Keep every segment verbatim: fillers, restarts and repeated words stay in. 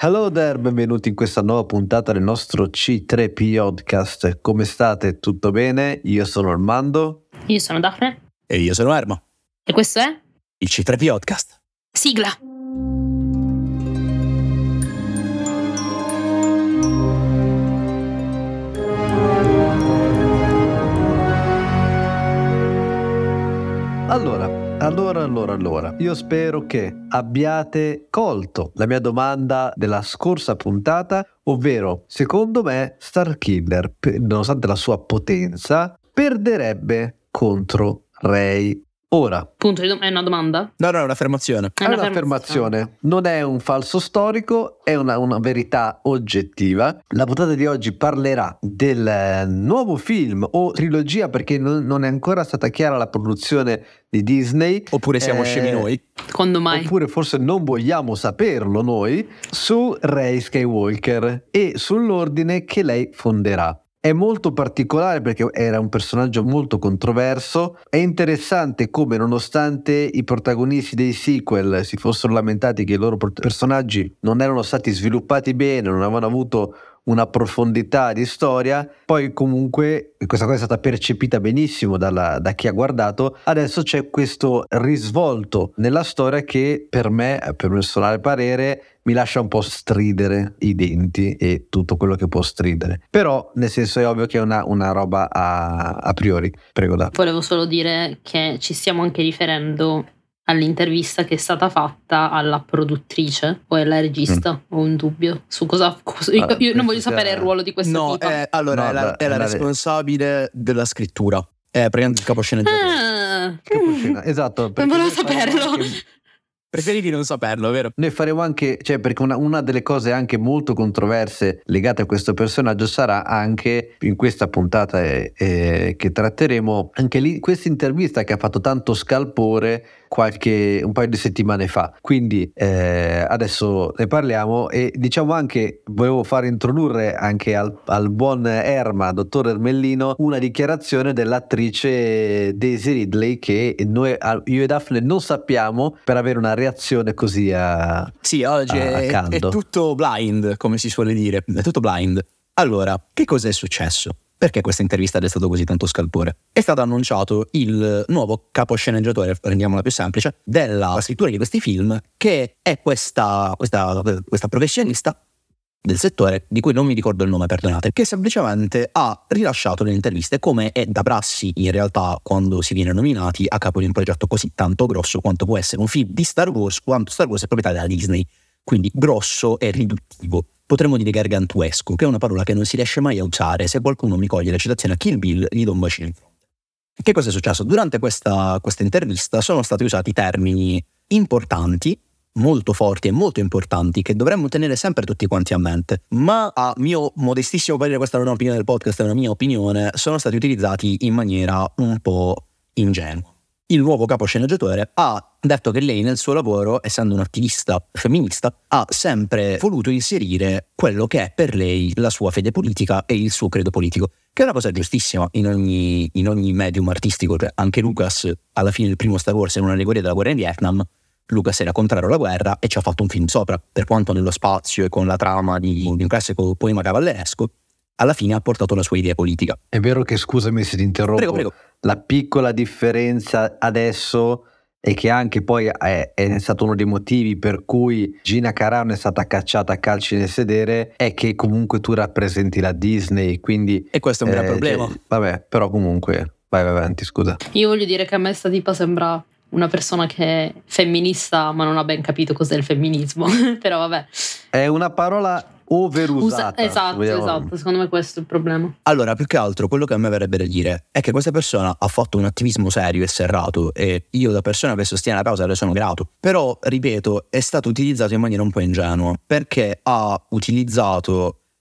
Hello there, benvenuti in questa nuova puntata del nostro C tre Podcast. Come state? Tutto bene? Io sono Armando. Io sono Daphne. E io sono Erma. E questo è? Il C tre Podcast. Sigla! Allora, allora, allora, allora, io spero che abbiate colto la mia domanda della scorsa puntata, ovvero, secondo me, Starkiller, nonostante la sua potenza, perderebbe contro Rey. Ora, punto di dom- è una domanda? No, no, è un'affermazione. È un'affermazione, non è un falso storico, è una, una verità oggettiva. La puntata di oggi parlerà del nuovo film o trilogia, perché non, non è ancora stata chiara la produzione di Disney. Oppure siamo eh, scemi noi. Quando mai? Oppure forse non vogliamo saperlo noi, su Rey Skywalker e sull'ordine che lei fonderà. È molto particolare perché era un personaggio molto controverso. È interessante come, nonostante i protagonisti dei sequel si fossero lamentati che i loro personaggi non erano stati sviluppati bene, non avevano avuto una profondità di storia, poi comunque questa cosa è stata percepita benissimo dalla, da chi ha guardato. Adesso c'è questo risvolto nella storia che per me, per personale parere, mi lascia un po' stridere i denti e tutto quello che può stridere, però nel senso è ovvio che è una, una roba a, a priori. Prego da. Volevo solo dire che ci stiamo anche riferendo all'intervista che è stata fatta alla produttrice o alla regista. Mm. Ho un dubbio su cosa, cosa io, allora, io non voglio sia... sapere il ruolo di questa no, tipa. eh, allora no, è la, da, è la responsabile della scrittura, è praticamente il caposceneggiatore. Ah, Caposcena, esatto, non volevo saperlo. Anche... Preferivi non saperlo, vero? Noi faremo anche, cioè perché una, una delle cose anche molto controverse legate a questo personaggio sarà anche in questa puntata eh, eh, che tratteremo anche lì questa intervista che ha fatto tanto scalpore qualche un paio di settimane fa, quindi eh, adesso ne parliamo. E diciamo anche, volevo far introdurre anche al, al buon Erma, dottor Ermellino, una dichiarazione dell'attrice Daisy Ridley che noi, io e Daphne non sappiamo, per avere una reazione così a sì, oggi a, è, a è tutto blind, come si suole dire, è tutto blind. Allora, che cosa è successo? Perché questa intervista è stato così tanto scalpore? È stato annunciato il nuovo caposceneggiatore, rendiamola più semplice, della scrittura di questi film, che è questa, questa, questa professionista del settore, di cui non mi ricordo il nome, perdonate, che semplicemente ha rilasciato nelle interviste, come è da prassi in realtà quando si viene nominati a capo di un progetto così tanto grosso quanto può essere un film di Star Wars, quanto Star Wars è proprietà della Disney, quindi grosso e riduttivo. Potremmo dire gargantuesco, che è una parola che non si riesce mai a usare. Se qualcuno mi coglie la citazione a Kill Bill, gli do un bacino in fronte. Che cosa è successo? Durante questa, questa intervista sono stati usati termini importanti, molto forti e molto importanti, che dovremmo tenere sempre tutti quanti a mente, ma a mio modestissimo parere, questa non è un'opinione del podcast, è una mia opinione, sono stati utilizzati in maniera un po' ingenua. Il nuovo caposceneggiatore ha detto che lei nel suo lavoro, essendo un'attivista femminista, ha sempre voluto inserire quello che è per lei la sua fede politica e il suo credo politico, che è una cosa giustissima in ogni, in ogni medium artistico. Cioè, anche Lucas, alla fine del primo Star Wars, in un'allegoria della guerra in Vietnam, Lucas era contrario alla guerra e ci ha fatto un film sopra, per quanto nello spazio e con la trama di, di un classico poema cavalleresco, alla fine ha portato la sua idea politica. È vero che, scusami se ti interrompo, prego, prego. La piccola differenza adesso è che anche poi è, è stato uno dei motivi per cui Gina Carano è stata cacciata a calci nel sedere, è che comunque tu rappresenti la Disney, quindi e questo è un eh, gran problema. Cioè, vabbè, però comunque vai, vai avanti, scusa. Io voglio dire che a me sta tipa sembra una persona che è femminista ma non ha ben capito cos'è il femminismo. Però vabbè, è una parola overusata. Usa, esatto, vogliamo... esatto, secondo me questo è il problema. Allora, più che altro, quello che a me verrebbe da dire è che questa persona ha fatto un attivismo serio e serrato, e io da persona che sostiene la causa le sono grato. Però, ripeto, è stato utilizzato in maniera un po' ingenua, perché ha utilizzato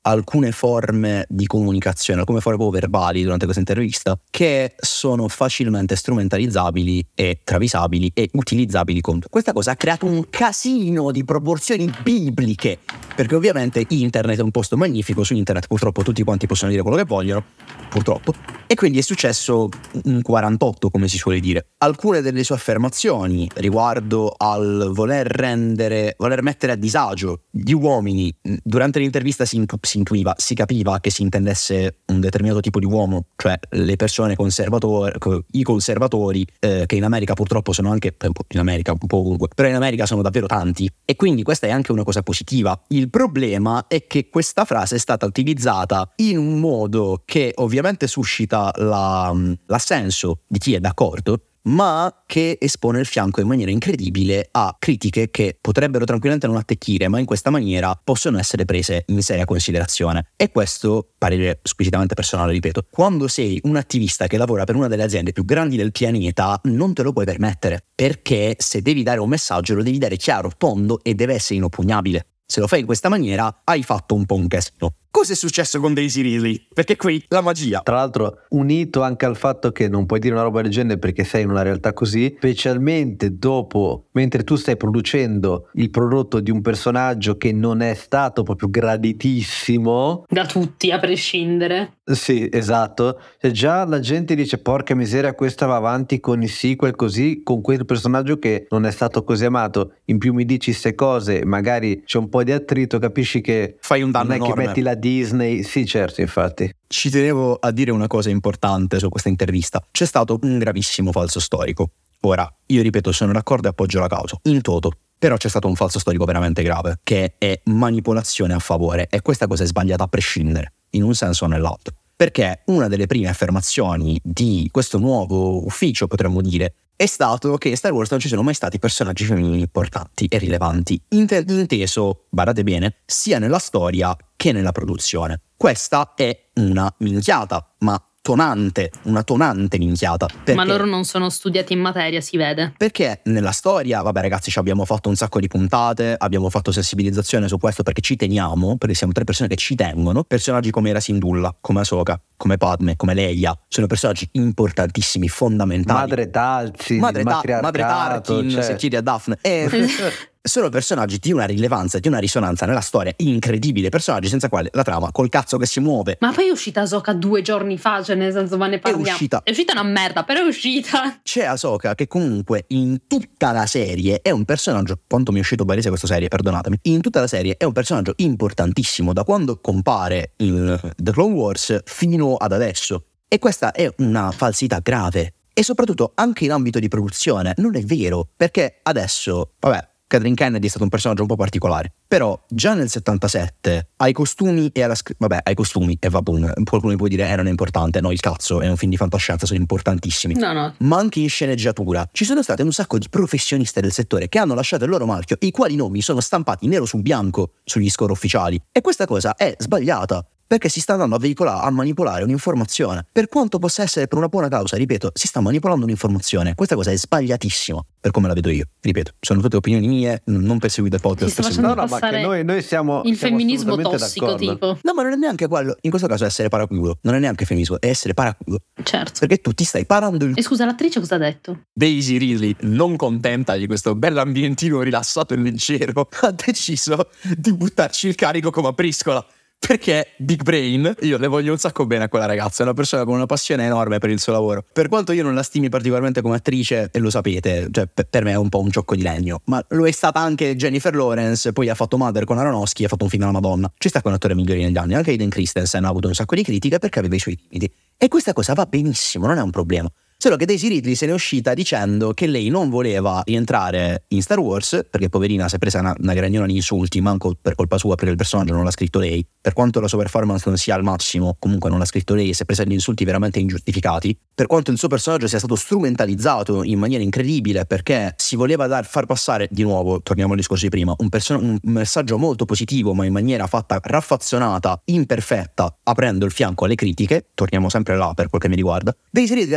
alcune forme di comunicazione, alcune forme proprio verbali durante questa intervista che sono facilmente strumentalizzabili e travisabili e utilizzabili contro. Questa cosa ha creato un casino di proporzioni bibliche, perché ovviamente internet è un posto magnifico, su internet purtroppo tutti quanti possono dire quello che vogliono, purtroppo, e quindi è successo un quarantotto, come si suole dire. Alcune delle sue affermazioni riguardo al voler rendere, voler mettere a disagio gli uomini, durante l'intervista si, intu- si intuiva, si capiva che si intendesse un determinato tipo di uomo, cioè le persone conservatori, i conservatori, eh, che in America purtroppo sono anche, in America un po' ovunque, però in America sono davvero tanti, e quindi questa è anche una cosa positiva. Il problema è che questa frase è stata utilizzata in un modo che ovviamente suscita la, l'assenso di chi è d'accordo, ma che espone il fianco in maniera incredibile a critiche che potrebbero tranquillamente non attecchire, ma in questa maniera possono essere prese in seria considerazione. E questo, parere squisitamente personale, ripeto, quando sei un attivista che lavora per una delle aziende più grandi del pianeta, non te lo puoi permettere, perché se devi dare un messaggio lo devi dare chiaro, tondo e deve essere inoppugnabile. Se lo fai in questa maniera hai fatto un po' un casino. Cosa è successo con Daisy Ridley? Perché qui la magia. Tra l'altro, unito anche al fatto che non puoi dire una roba del genere perché sei in una realtà così, specialmente dopo, mentre tu stai producendo il prodotto di un personaggio che non è stato proprio graditissimo da tutti, a prescindere. Sì, esatto. Cioè, già la gente dice porca miseria, questa va avanti con i sequel così, con quel personaggio che non è stato così amato. In più mi dici ste cose, magari c'è un po' di attrito, capisci che fai un danno non è enorme. Che metti la Disney. Sì, certo, infatti. Ci tenevo a dire una cosa importante su questa intervista. C'è stato un gravissimo falso storico. Ora, io ripeto, sono d'accordo e appoggio la causa in toto, però c'è stato un falso storico veramente grave, che è manipolazione a favore, e questa cosa è sbagliata a prescindere, in un senso o nell'altro. Perché una delle prime affermazioni di questo nuovo ufficio, potremmo dire, è stato che in Star Wars non ci sono mai stati personaggi femminili importanti e rilevanti, Inter- inteso, badate bene, sia nella storia che nella produzione. Questa è una minchiata, ma tonante, una tonante minchiata. Perché? Ma loro non sono studiati in materia, si vede. Perché nella storia, vabbè ragazzi, ci abbiamo fatto un sacco di puntate, abbiamo fatto sensibilizzazione su questo perché ci teniamo, perché siamo tre persone che ci tengono. Personaggi come Hera Syndulla, come Ahsoka, come Padme, come Leia, sono personaggi importantissimi, fondamentali. Madre Talzin, Madre, il ta- matriarcato, Madre Tarkin, cioè... Settiria Daphne. E... sono personaggi di una rilevanza, di una risonanza nella storia incredibile, personaggi senza quale la trama col cazzo che si muove. Ma poi è uscita Ahsoka due giorni fa, cioè nel senso, ma ne parliamo. È uscita. È uscita una merda, però è uscita. C'è Ahsoka che comunque in tutta la serie è un personaggio, quanto mi è uscito barese questa serie, perdonatemi, in tutta la serie è un personaggio importantissimo da quando compare in The Clone Wars fino ad adesso. E questa è una falsità grave. E soprattutto anche in ambito di produzione non è vero, perché adesso, vabbè, Kathleen Kennedy è stato un personaggio un po' particolare, però già nel settantasette ai costumi e alla scrittura, vabbè, ai costumi e vabbè, qualcuno mi può dire eh non è importante, no, il cazzo, è un film di fantascienza, sono importantissimi. No, no. Ma anche in sceneggiatura ci sono state un sacco di professionisti del settore che hanno lasciato il loro marchio, i quali nomi sono stampati nero su bianco sugli score ufficiali, e questa cosa è sbagliata. Perché si sta andando a veicolare, a manipolare un'informazione. Per quanto possa essere per una buona causa, ripeto, si sta manipolando un'informazione. Questa cosa è sbagliatissima, per come la vedo io. Ripeto, sono tutte opinioni mie, non perseguite il podcast. Si sta No, no, ma che noi, noi siamo il siamo femminismo tossico, d'accordo. tipo. No, ma non è neanche quello. In questo caso è essere paraculo. Non è neanche femminismo, è essere paraculo. Certo. Perché tu ti stai parando il... E scusa, l'attrice cosa ha detto? Daisy Ridley, non contenta di questo bell'ambientino rilassato e leggero, ha deciso di buttarci il carico come a briscola. Perché Big Brain, io le voglio un sacco bene a quella ragazza, è una persona con una passione enorme per il suo lavoro. Per quanto io non la stimi particolarmente come attrice, e lo sapete, cioè per, per me è un po' un ciocco di legno, ma lo è stata anche Jennifer Lawrence, poi ha fatto Mother con Aronofsky e ha fatto un film alla Madonna. Ci sta con attori migliori negli anni, anche Hayden Christensen ha avuto un sacco di critiche perché aveva i suoi limiti. E questa cosa va benissimo, non è un problema. Solo che Daisy Ridley se ne è uscita dicendo che lei non voleva rientrare in Star Wars perché poverina si è presa una, una gragnona di insulti, manco per colpa sua, perché il personaggio non l'ha scritto lei. Per quanto la sua performance non sia al massimo, comunque non l'ha scritto lei e si è presa degli insulti veramente ingiustificati. Per quanto il suo personaggio sia stato strumentalizzato in maniera incredibile perché si voleva dar, far passare, di nuovo, torniamo al discorso di prima, un, person- un messaggio molto positivo ma in maniera fatta raffazzonata, imperfetta, aprendo il fianco alle critiche, torniamo sempre là per quel che mi riguarda, Daisy Ridley ha detto che lei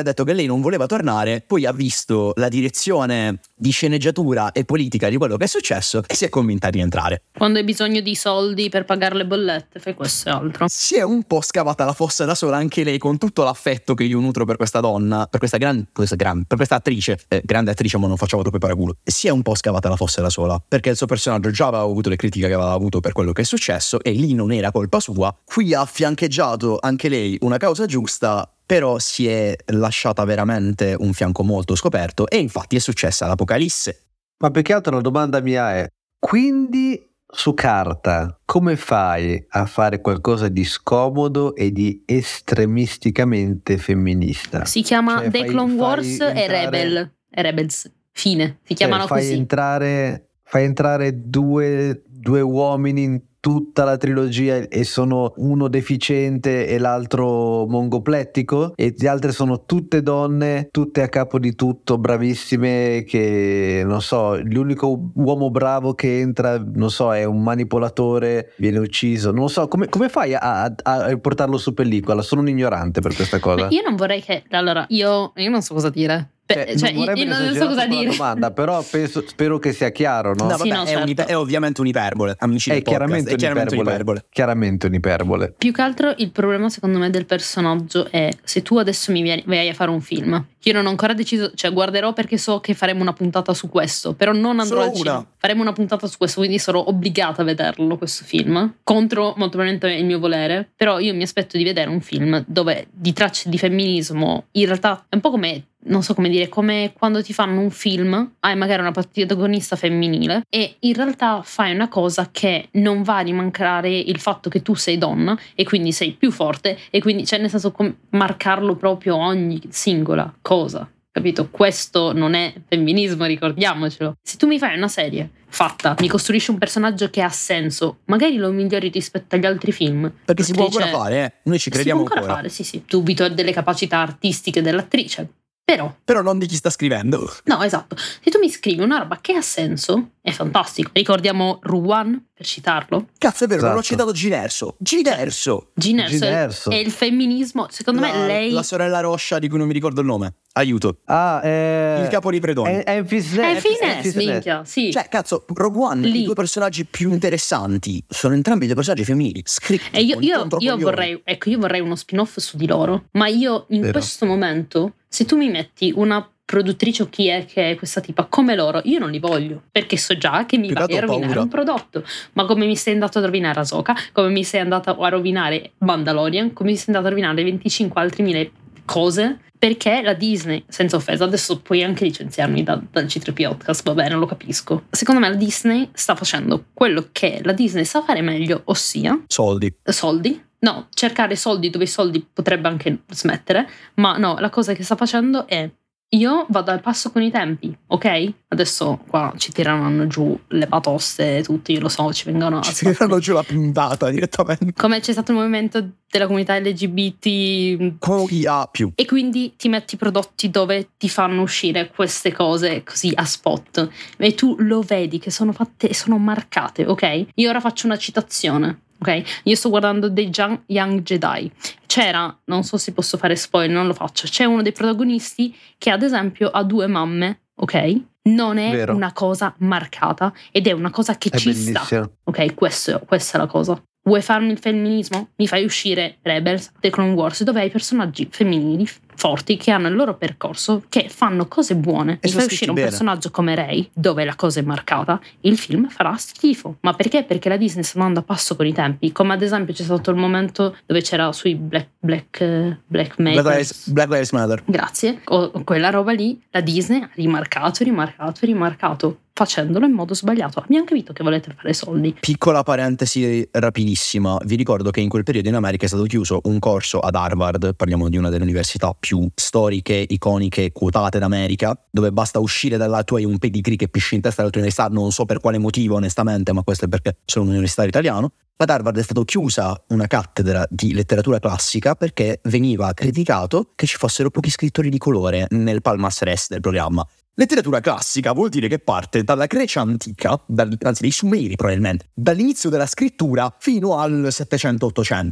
non voleva tornare, poi ha visto la direzione di sceneggiatura e politica di quello che è successo e si è convinta a rientrare. Quando hai bisogno di soldi per pagare le bollette, fai questo e altro. Si è un po' scavata la fossa da sola anche lei, con tutto l'affetto che io nutro per questa donna, per questa gran, questa gran per questa attrice, eh, grande attrice, ma non facciamo troppo paraculo. Si è un po' scavata la fossa da sola, perché il suo personaggio già aveva avuto le critiche che aveva avuto per quello che è successo e lì non era colpa sua. Qui ha fiancheggiato anche lei una causa giusta, però si è lasciata veramente un fianco molto scoperto e infatti è successa l'apocalisse. Ma più che altro la domanda mia è, quindi su carta come fai a fare qualcosa di scomodo e di estremisticamente femminista? Si chiama Cioè, The fai- Clone fai Wars e entrare- Rebel e Rebels, fine, si Cioè, chiamano fai così. entrare fai entrare due, due uomini in tutta la trilogia e sono uno deficiente e l'altro mongoplettico e gli altri sono tutte donne, tutte a capo di tutto, bravissime, che non so, l'unico uomo bravo che entra, non so, è un manipolatore, viene ucciso, non so, come, come fai a, a, a portarlo su pellicola? Sono un ignorante per questa cosa. Ma io non vorrei che, allora, io, io non so cosa dire. Beh, cioè, non vorrei io, io aver non so cosa esagerato con la dire. domanda, però penso, spero che sia chiaro, no? No, Sì, vabbè, no, è, certo. un'iper- è ovviamente un'iperbole, amici È del podcast, chiaramente è chiaramente un'iperbole. un'iperbole. Chiaramente un'iperbole. Più che altro il problema secondo me del personaggio è, se tu adesso mi vieni, vai a fare un film, io non ho ancora deciso, cioè guarderò perché so che faremo una puntata su questo, però non andrò Solo al una. cinema. Faremo una puntata su questo, quindi sarò obbligata a vederlo questo film, contro molto probabilmente il mio volere, però io mi aspetto di vedere un film dove di tracce di femminismo, in realtà è un po' come, non so come dire, come quando ti fanno un film, hai magari una protagonista femminile e in realtà fai una cosa che non va a rimancare il fatto che tu sei donna e quindi sei più forte e quindi, cioè nel senso, com- marcarlo proprio ogni singola cosa, capito? Questo non è femminismo, ricordiamocelo. Se tu mi fai una serie fatta, mi costruisci un personaggio che ha senso, magari lo migliori rispetto agli altri film. Perché si può ancora L'attrice- fare, eh? Noi ci crediamo si può ancora, ancora. fare, sì sì. Dubito delle capacità artistiche dell'attrice, però Però non di chi sta scrivendo. no, esatto. Se tu mi scrivi una roba che ha senso, è fantastico. Ricordiamo Ruwan, per citarlo. Cazzo, è vero, non ho Esatto. citato Ginerso. Ginerso! Gin Erso è- Erso. è il femminismo. Secondo la, me lei la sorella Roscia di cui non mi ricordo il nome. Aiuto. Ah, eh, Il capo di Predoni. È, è Enfys è Nest, Fines, Enfys Nest. minchia, sì. Cioè, cazzo, Rogue One, Lì. i due personaggi più interessanti sono entrambi dei personaggi femminili, scritti E io, con io- controcoglioni. io vorrei, ecco, io vorrei uno spin-off su di loro, ma io in Vero. questo momento, se tu mi metti una produttrice o chi è che è questa tipa come loro, io non li voglio, perché so già che mi Più che vai a altro ho rovinare paura. un prodotto. Ma come mi sei andato a rovinare Ahsoka, come mi sei andato a rovinare Mandalorian, come mi sei andato a rovinare venticinque altri mille cose, perché la Disney, senza offesa, adesso puoi anche licenziarmi da- dal C tre P Podcast, va bene, lo capisco. Secondo me la Disney sta facendo quello che la Disney sa fare meglio, ossia Soldi. soldi. No, cercare soldi dove i soldi potrebbe anche smettere, ma no, la cosa che sta facendo è: io vado al passo con i tempi, ok? Adesso qua ci tireranno giù le batoste tutti, io lo so, ci vengono a Ci tireranno giù la puntata direttamente. come c'è stato il movimento della comunità L G B T Come chi ha più. e quindi ti metti prodotti dove ti fanno uscire queste cose così a spot e tu lo vedi che sono fatte, sono marcate, ok? Io ora faccio una citazione, ok? Io sto guardando dei Young, Young Jedi. C'era, non so se posso fare spoiler, non lo faccio, c'è uno dei protagonisti che ad esempio ha due mamme, ok? Non è Vero. una cosa marcata ed è una cosa che È ci sta. bellissimo. Ok, questo, questa è la cosa. Vuoi farmi il femminismo? Mi fai uscire Rebels, The Clone Wars, dove hai personaggi femminili forti che hanno il loro percorso, che fanno cose buone. Mi sono fai scritti uscire un bene. personaggio come Rey, dove la cosa è marcata, il film farà schifo. Ma perché? Perché la Disney sta andando a passo con i tempi. Come ad esempio c'è stato il momento dove c'era sui Black, Black, eh, Black Black Makers. Lives, Black Lives Matter. Grazie. O quella roba lì, la Disney ha rimarcato, rimarcato, rimarcato, facendolo in modo sbagliato. Abbiamo capito che volete fare soldi. Piccola parentesi rapidissima, vi ricordo che in quel periodo in America è stato chiuso un corso ad Harvard, parliamo di una delle università più storiche, iconiche, quotate d'America, dove basta uscire da là, tu hai un pedigree che pisci in testa all'altra università, non so per quale motivo onestamente, ma questo è perché sono un universitario italiano. Ad Harvard è stata chiusa una cattedra di letteratura classica perché veniva criticato che ci fossero pochi scrittori di colore nel palmas res del programma. Letteratura classica vuol dire che parte dalla Grecia antica, dal, anzi dei Sumeri probabilmente, dall'inizio della scrittura fino al settecento ottocento.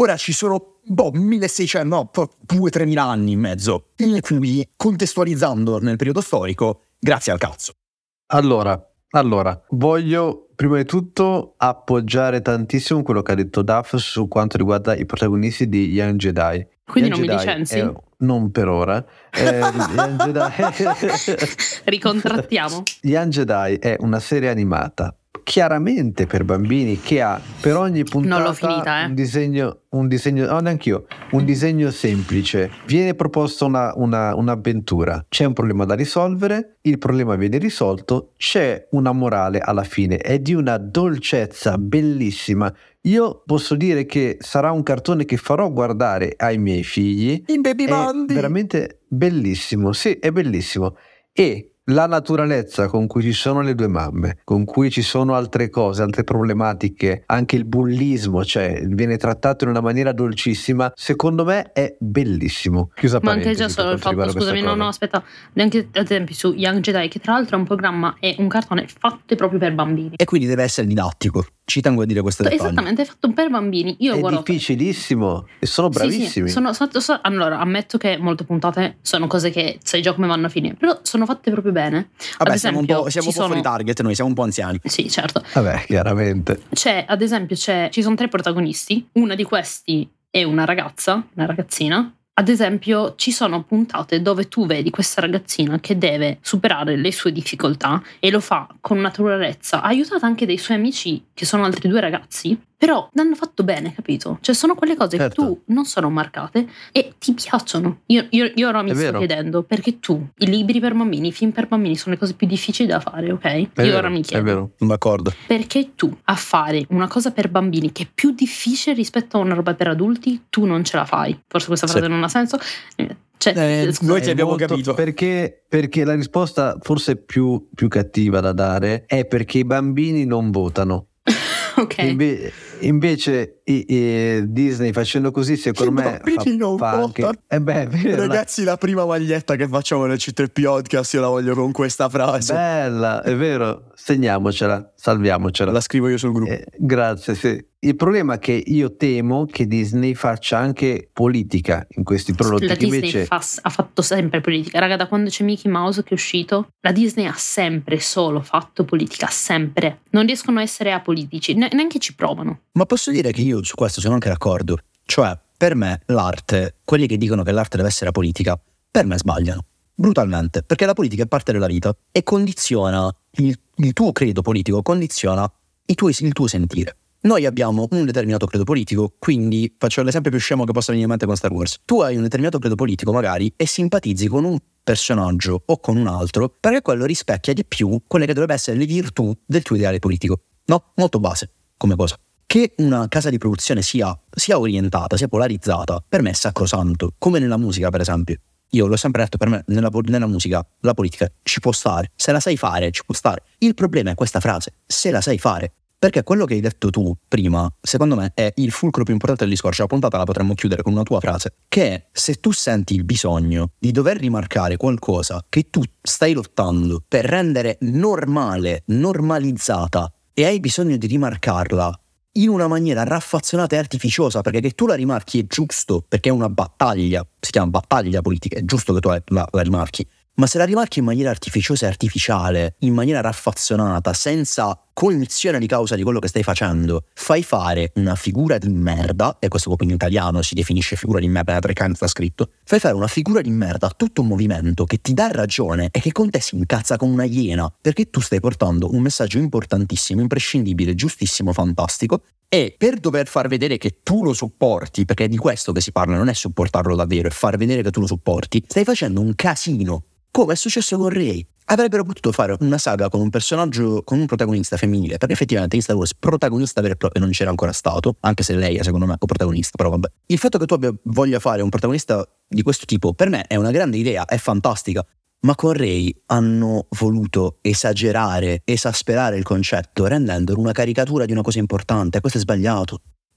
Ora ci sono boh, milleseicento, no, due tre mila anni in mezzo, in cui, contestualizzando nel periodo storico, grazie al cazzo. Allora, allora, voglio prima di tutto appoggiare tantissimo quello che ha detto Daf su quanto riguarda i protagonisti di Young Jedi. Quindi Young non mi Jedi licenzi? è- non per ora. Eh, Young Jedi... Ricontrattiamo. Young Jedi è una serie animata chiaramente per bambini che ha per ogni puntata Non l'ho finita, eh. un disegno, un disegno, no, neanch'io, un disegno semplice. Viene proposta una, una, un'avventura, c'è un problema da risolvere, il problema viene risolto, c'è una morale alla fine, è di una dolcezza bellissima. Io posso dire che sarà un cartone che farò guardare ai miei figli. In baby È Bandi. veramente bellissimo, sì, è bellissimo. E la naturalezza con cui ci sono le due mamme, con cui ci sono altre cose, altre problematiche, anche il bullismo, cioè viene trattato in una maniera dolcissima, secondo me è bellissimo. Chiusa Ma anche parentesi già per solo il quanto fatto, riguarda scusami, questa no, no, cosa. aspetta, neanche ad esempio su Young Jedi, che tra l'altro è un programma, è un cartone fatto proprio per bambini. E quindi deve essere didattico. Ci tengo a dire questo dettaglio. Esattamente, è fatto per bambini. Io È guardo. difficilissimo e sono Sì, bravissimi. sì, sono, sono- so- allora, ammetto che molte puntate sono cose che sai già come vanno a finire, però sono fatte proprio bene. Vabbè, Ad siamo un esempio, po', siamo un ci po' fuori sono- target, noi siamo un po' anziani. Sì, certo. Vabbè, chiaramente. C'è, ad esempio, c'è, ci sono tre protagonisti. Una di questi è una ragazza, una ragazzina. Ad esempio, ci sono puntate dove tu vedi questa ragazzina che deve superare le sue difficoltà e lo fa con naturalezza, aiutata anche dai suoi amici, che sono altri due ragazzi, però l'hanno fatto bene, capito? Cioè, sono quelle cose Certo. che tu non sono marcate e ti piacciono. Io, io, io ora mi È sto vero. chiedendo perché tu, i libri per bambini, i film per bambini sono le cose più difficili da fare, ok? È io vero, ora mi è chiedo. vero. Sono d'accordo. Perché tu a fare una cosa per bambini che è più difficile rispetto a una roba per adulti, tu non ce la fai? Forse questa Sì. frase non ha senso. Cioè, Eh, scusa, noi ti È abbiamo molto- capito. Perché, perché la risposta forse più, più cattiva da dare è perché i bambini non votano. ok. Inve- invece i- i Disney facendo così secondo I me fa, bambini non fa anche votano. eh beh, è vero, Ragazzi, la prima maglietta che facciamo nel C tre Podcast io la voglio con questa frase. bella, è vero, segniamocela, salviamocela. La scrivo io sul gruppo. Eh, grazie, sì. Il problema è che io temo che Disney faccia anche politica in questi prodotti La che Disney invece fa- ha fatto sempre politica. Raga, da quando c'è Mickey Mouse che è uscito, la Disney ha sempre solo fatto politica, sempre. Non riescono a essere apolitici, ne- neanche ci provano. Ma posso dire che io su questo sono anche d'accordo. Cioè, per me l'arte, quelli che dicono che l'arte deve essere apolitica, per me sbagliano. Brutalmente. Perché la politica è parte della vita e condiziona il, il tuo credo politico, condiziona i tuoi- il tuo sentire. Noi abbiamo un determinato credo politico, quindi faccio l'esempio più scemo che possa venire in mente con Star Wars. Tu hai un determinato credo politico magari e simpatizzi con un personaggio o con un altro perché quello rispecchia di più quelle che dovrebbero essere le virtù del tuo ideale politico. No? Molto base come cosa. Che una casa di produzione sia, sia orientata, sia polarizzata, per me è sacrosanto. Come nella musica, per esempio. Io l'ho sempre detto, per me nella, nella musica la politica ci può stare. Se la sai fare, ci può stare. Il problema è questa frase, se la sai fare. Perché quello che hai detto tu prima, secondo me, è il fulcro più importante del discorso. La puntata la potremmo chiudere con una tua frase, che è: se tu senti il bisogno di dover rimarcare qualcosa che tu stai lottando per rendere normale, normalizzata, e hai bisogno di rimarcarla in una maniera raffazzonata e artificiosa, perché che tu la rimarchi è giusto, perché è una battaglia, si chiama battaglia politica, è giusto che tu la, la, la rimarchi. Ma se la rimarchi in maniera artificiosa e artificiale, in maniera raffazzonata, senza cognizione di causa di quello che stai facendo, fai fare una figura di merda, e questo proprio in italiano si definisce figura di merda, tre canti sta scritto, fai fare una figura di merda a tutto un movimento che ti dà ragione e che con te si incazza come una iena, perché tu stai portando un messaggio importantissimo, imprescindibile, giustissimo, fantastico, e per dover far vedere che tu lo supporti, perché è di questo che si parla, non è supportarlo davvero, è far vedere che tu lo supporti, stai facendo un casino. Come è successo con Rey. Avrebbero potuto fare una saga con un personaggio, con un protagonista femminile, perché effettivamente in Star Wars protagonista vero e proprio non c'era ancora stato, anche se lei è secondo me coprotagonista, però vabbè. Il fatto che tu abbia voglia fare un protagonista di questo tipo, per me è una grande idea, è fantastica, ma con Rey hanno voluto esagerare, esasperare il concetto, rendendolo una caricatura di una cosa importante, questo è sbagliato.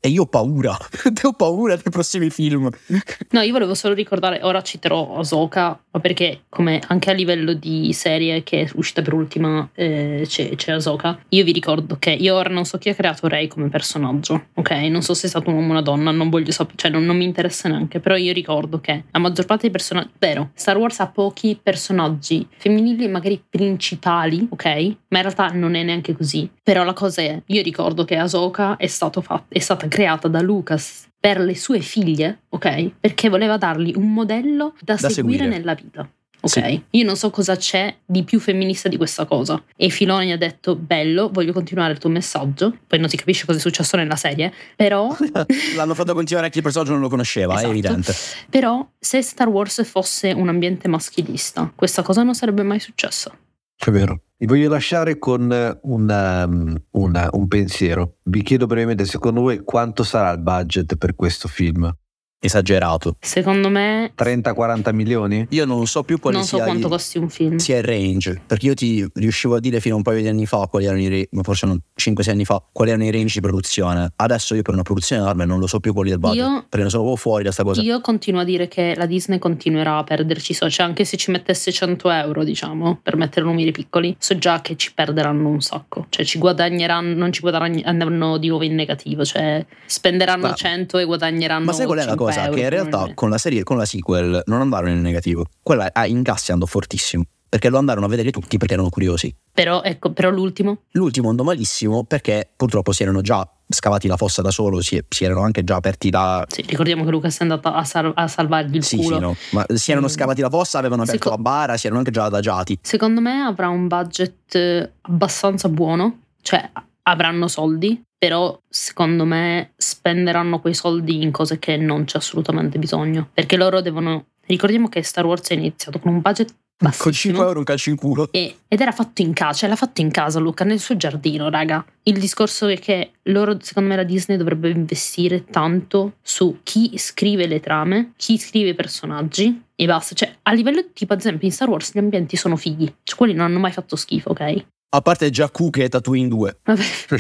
e io ho paura, ho paura dei prossimi film. No, io volevo solo ricordare, ora citerò Ahsoka, ma perché come anche a livello di serie che è uscita per ultima eh, c'è, c'è Ahsoka, io vi ricordo che io ora non so chi ha creato Rey come personaggio, ok? Non so se è stato un uomo o una donna, non voglio sapere, cioè non, non mi interessa neanche, però io ricordo che la maggior parte dei personaggi, vero, Star Wars ha pochi personaggi femminili magari principali, ok? Ma in realtà non è neanche così. Però la cosa è, io ricordo che Ahsoka è, stato fatto, è stata creata da Lucas per le sue figlie, ok? Perché voleva dargli un modello da, Da seguire, seguire. nella vita. Ok, Sì. io non so cosa c'è di più femminista di questa cosa. E Filoni ha detto: bello, voglio continuare il tuo messaggio. Poi non si capisce cosa è successo nella serie, però L'hanno fatto continuare anche il personaggio non lo conosceva, Esatto. è evidente. Però se Star Wars fosse un ambiente maschilista, questa cosa non sarebbe mai successa. È vero. Vi voglio lasciare con una, una- un pensiero. Vi chiedo brevemente, secondo voi quanto sarà il budget per questo film? Esagerato. Secondo me trenta quaranta milioni? Io non so più quale non so sia, quanto il, costi un film. sia il range, perché io ti riuscivo a dire fino a un paio di anni fa quali erano i range, ma forse non cinque sei anni fa, quali erano i range di produzione. Adesso io per una produzione enorme non lo so più quali del budget, Io- perché ne sono proprio fuori da sta cosa. Io continuo a dire che la Disney continuerà a perderci so, cioè anche se ci mettesse cento euro, diciamo, per mettere numeri piccoli, so già che ci perderanno un sacco, cioè ci guadagneranno, non ci guadagneranno di nuovo in negativo, cioè spenderanno Ma- cento e guadagneranno Ma sai qual è la cinque cosa? euro, Che in realtà probabilmente. con la serie, con la sequel, non andarono in negativo. Quella a incassi andò fortissimo, perché lo andarono a vedere tutti perché erano curiosi. Però ecco, però l'ultimo L'ultimo andò malissimo perché purtroppo si erano già scavati la fossa da solo, si, si erano anche già aperti da... sì, ricordiamo che Lucas è andato a, sal- a salvargli il Sì, culo. sì, no. Ma si erano Mm. scavati la fossa, avevano aperto Seco- la bara, si erano anche già adagiati. Secondo me avrà un budget eh, abbastanza buono, cioè avranno soldi, però secondo me spenderanno quei soldi in cose che non c'è assolutamente bisogno, perché loro devono, ricordiamo che Star Wars è iniziato con un budget Con bassissimo cinque euro un calcio in culo. e- ed era fatto in casa, cioè l'ha fatto in casa Luca, nel suo giardino, raga. Il discorso è che loro, secondo me la Disney dovrebbe investire tanto su chi scrive le trame, chi scrive i personaggi e basta, cioè a livello tipo ad esempio in Star Wars gli ambienti sono fighi, cioè quelli non hanno mai fatto schifo, ok? A parte Jakku che è Tatooine due. Vabbè.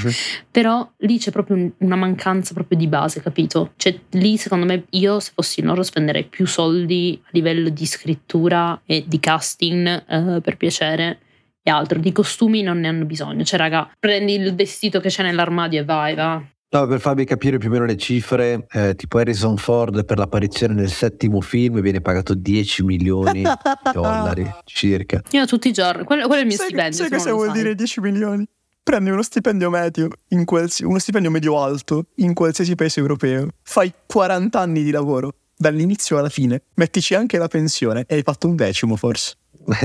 Però lì c'è proprio un- una mancanza proprio di base, capito? Cioè lì secondo me io se fossi loro spenderei più soldi a livello di scrittura e di casting eh, per piacere e altro. Di costumi non ne hanno bisogno. Cioè raga, prendi il vestito che c'è nell'armadio e vai, va. No, per farvi capire più o meno le cifre, eh, tipo Harrison Ford per l'apparizione nel settimo film viene pagato dieci milioni di dollari circa. Io tutti i giorni, quello, quello è il mio Sai, stipendio. sai se non cosa lo vuol sai. dire dieci milioni? Prendi uno stipendio medio, in quals- uno stipendio medio alto in qualsiasi paese europeo, fai quaranta anni di lavoro, dall'inizio alla fine, mettici anche la pensione e hai fatto un decimo forse.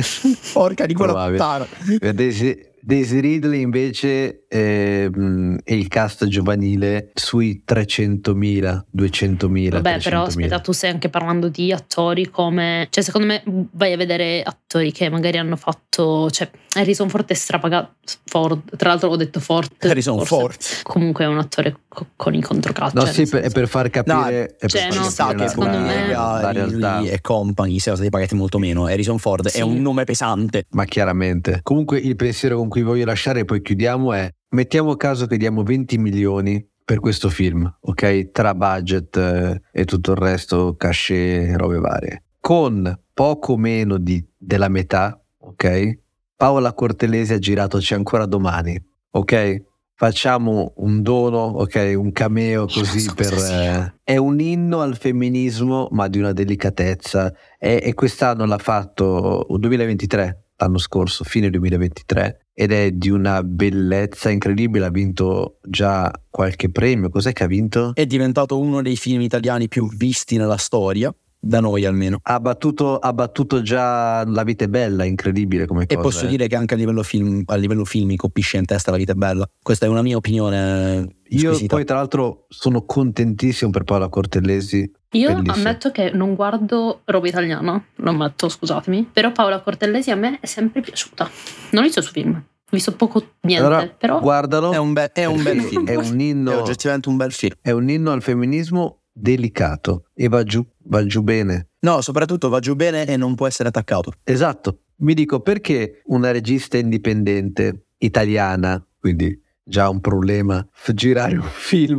Porca di quella Probabile. puttana. Per Daisy, Daisy Ridley invece ehm, è il cast giovanile sui trecentomila, duecentomila. Vabbè, però trecentomila. aspetta, tu stai anche parlando di attori come... Cioè, secondo me vai a vedere attori che magari hanno fatto... Cioè, Harrison Ford è strapagato... Ford, tra l'altro ho detto Ford. Harrison forse. Ford. Comunque è un attore co- con i controcacci. No, nel sì, per- è senso. per far capire, No, è per cioè, far no, Ci sta capire che la- secondo con me- la, la Ridley realtà. e compagni siano stati pagati molto meno. Harrison Ford Sì. è un nome pesante. Ma chiaramente. Comunque il pensiero con cui voglio lasciare e poi chiudiamo è: mettiamo caso che diamo venti milioni per questo film, ok? Tra budget eh, e tutto il resto, cachet, robe varie. Con poco meno di, della metà, ok? Paola Cortellesi ha girato C'è ancora domani, ok? Facciamo un dono, ok? Un cameo Io non così so per... cosa sia. eh, è un inno al femminismo, ma di una delicatezza. E, e quest'anno l'ha fatto duemilaventitré, l'anno scorso, fine duemilaventitré, ed è di una bellezza incredibile. Ha vinto già qualche premio. Cos'è che ha vinto? È diventato uno dei film italiani più visti nella storia, da noi almeno. Ha battuto, ha battuto già La vita è bella, incredibile come E cosa. posso eh. dire che anche a livello, film, a livello filmico pisce in testa La vita è bella. Questa è una mia opinione Io squisita. poi tra l'altro sono contentissimo per Paola Cortellesi. Io Bellissimo. ammetto che non guardo roba italiana, lo ammetto, scusatemi, però Paola Cortellesi a me è sempre piaciuta. Non ho visto il suo film, ho visto poco niente, Allora, però guardalo. È un, be- è un bel perché film. È un È inno, oggettivamente un bel film. è un inno al femminismo delicato e va giù, va giù bene. No, soprattutto va giù bene e non può essere attaccato. Esatto. Mi dico, perché una regista indipendente italiana, quindi già un problema, f- girare un film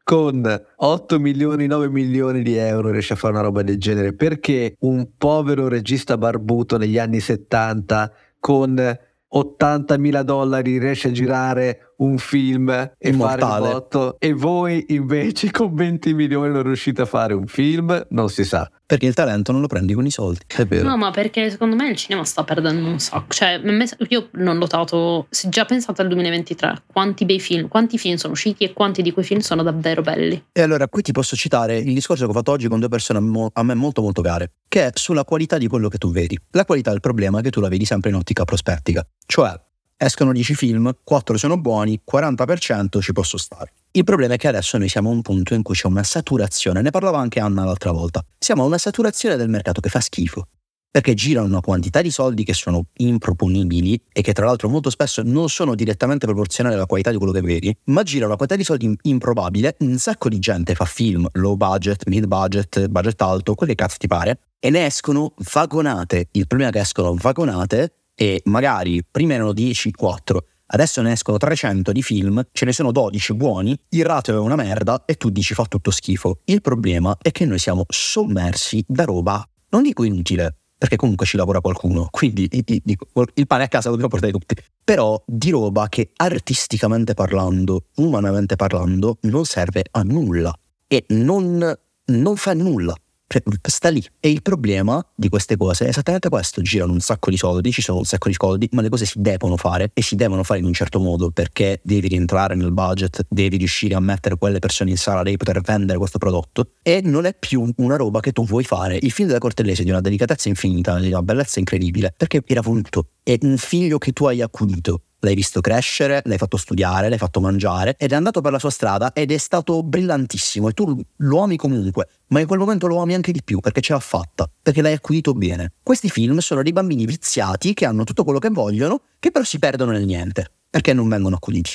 con otto milioni, nove milioni di euro riesce a fare una roba del genere? Perché un povero regista barbuto negli anni settanta con ottantamila dollari riesce a girare un film e Immortale. fare il botto, e voi invece con venti milioni non riuscite a fare un film? Non si sa. Perché il talento non lo prendi con i soldi. È vero. No, ma perché secondo me il cinema sta perdendo un sacco. Cioè, a me- io non ho notato, se già pensate al duemilaventitré, quanti bei film, quanti film sono usciti e quanti di quei film sono davvero belli. E allora qui ti posso citare il discorso che ho fatto oggi con due persone mo- a me molto molto care, che è sulla qualità di quello che tu vedi. La qualità del problema è che tu la vedi sempre in ottica prospettica. Cioè, escono dieci film, quattro sono buoni, quaranta per cento ci posso stare. Il problema è che adesso noi siamo a un punto in cui c'è una saturazione, ne parlava anche Anna l'altra volta, siamo a una saturazione del mercato che fa schifo, perché girano una quantità di soldi che sono improponibili e che tra l'altro molto spesso non sono direttamente proporzionali alla qualità di quello che vedi, ma gira una quantità di soldi improbabile, un sacco di gente fa film low budget, mid budget, budget alto, quel che cazzo ti pare, e ne escono vagonate. Il problema è che escono vagonate e magari prima erano dieci, quattro, adesso ne escono trecento di film, ce ne sono dodici buoni, il ratio è una merda e tu dici fa tutto schifo. Il problema è che noi siamo sommersi da roba, non dico inutile, perché comunque ci lavora qualcuno, quindi dico, il pane a casa lo dobbiamo portare tutti, però di roba che artisticamente parlando, umanamente parlando, non serve a nulla e non, non fa nulla. Sta lì. E il problema di queste cose è esattamente questo: girano un sacco di soldi, ci sono un sacco di soldi, ma le cose si devono fare e si devono fare in un certo modo, perché devi rientrare nel budget, devi riuscire a mettere quelle persone in sala, devi poter vendere questo prodotto, e non è più una roba che tu vuoi fare. Il film della Cortellesi è di una delicatezza infinita, di una bellezza incredibile, perché era voluto, è un figlio che tu hai accudito. L'hai visto crescere, l'hai fatto studiare, l'hai fatto mangiare ed è andato per la sua strada ed è stato brillantissimo e tu lo ami comunque, ma in quel momento lo ami anche di più perché ce l'ha fatta, perché l'hai accudito bene. Questi film sono dei bambini viziati che hanno tutto quello che vogliono, che però si perdono nel niente, perché non vengono accuditi.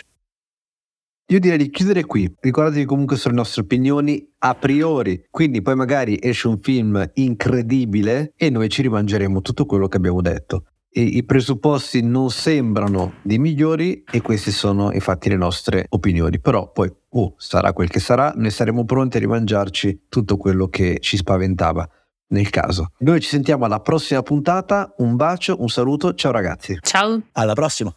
Io direi di chiudere qui. Ricordatevi comunque sulle nostre opinioni a priori, quindi poi magari esce un film incredibile e noi ci rimangeremo tutto quello che abbiamo detto. E i presupposti non sembrano dei migliori e queste sono infatti le nostre opinioni, però poi oh, sarà quel che sarà, noi saremo pronti a rimangiarci tutto quello che ci spaventava nel caso. Noi ci sentiamo alla prossima puntata, un bacio, un saluto, ciao ragazzi. Ciao. Alla prossima.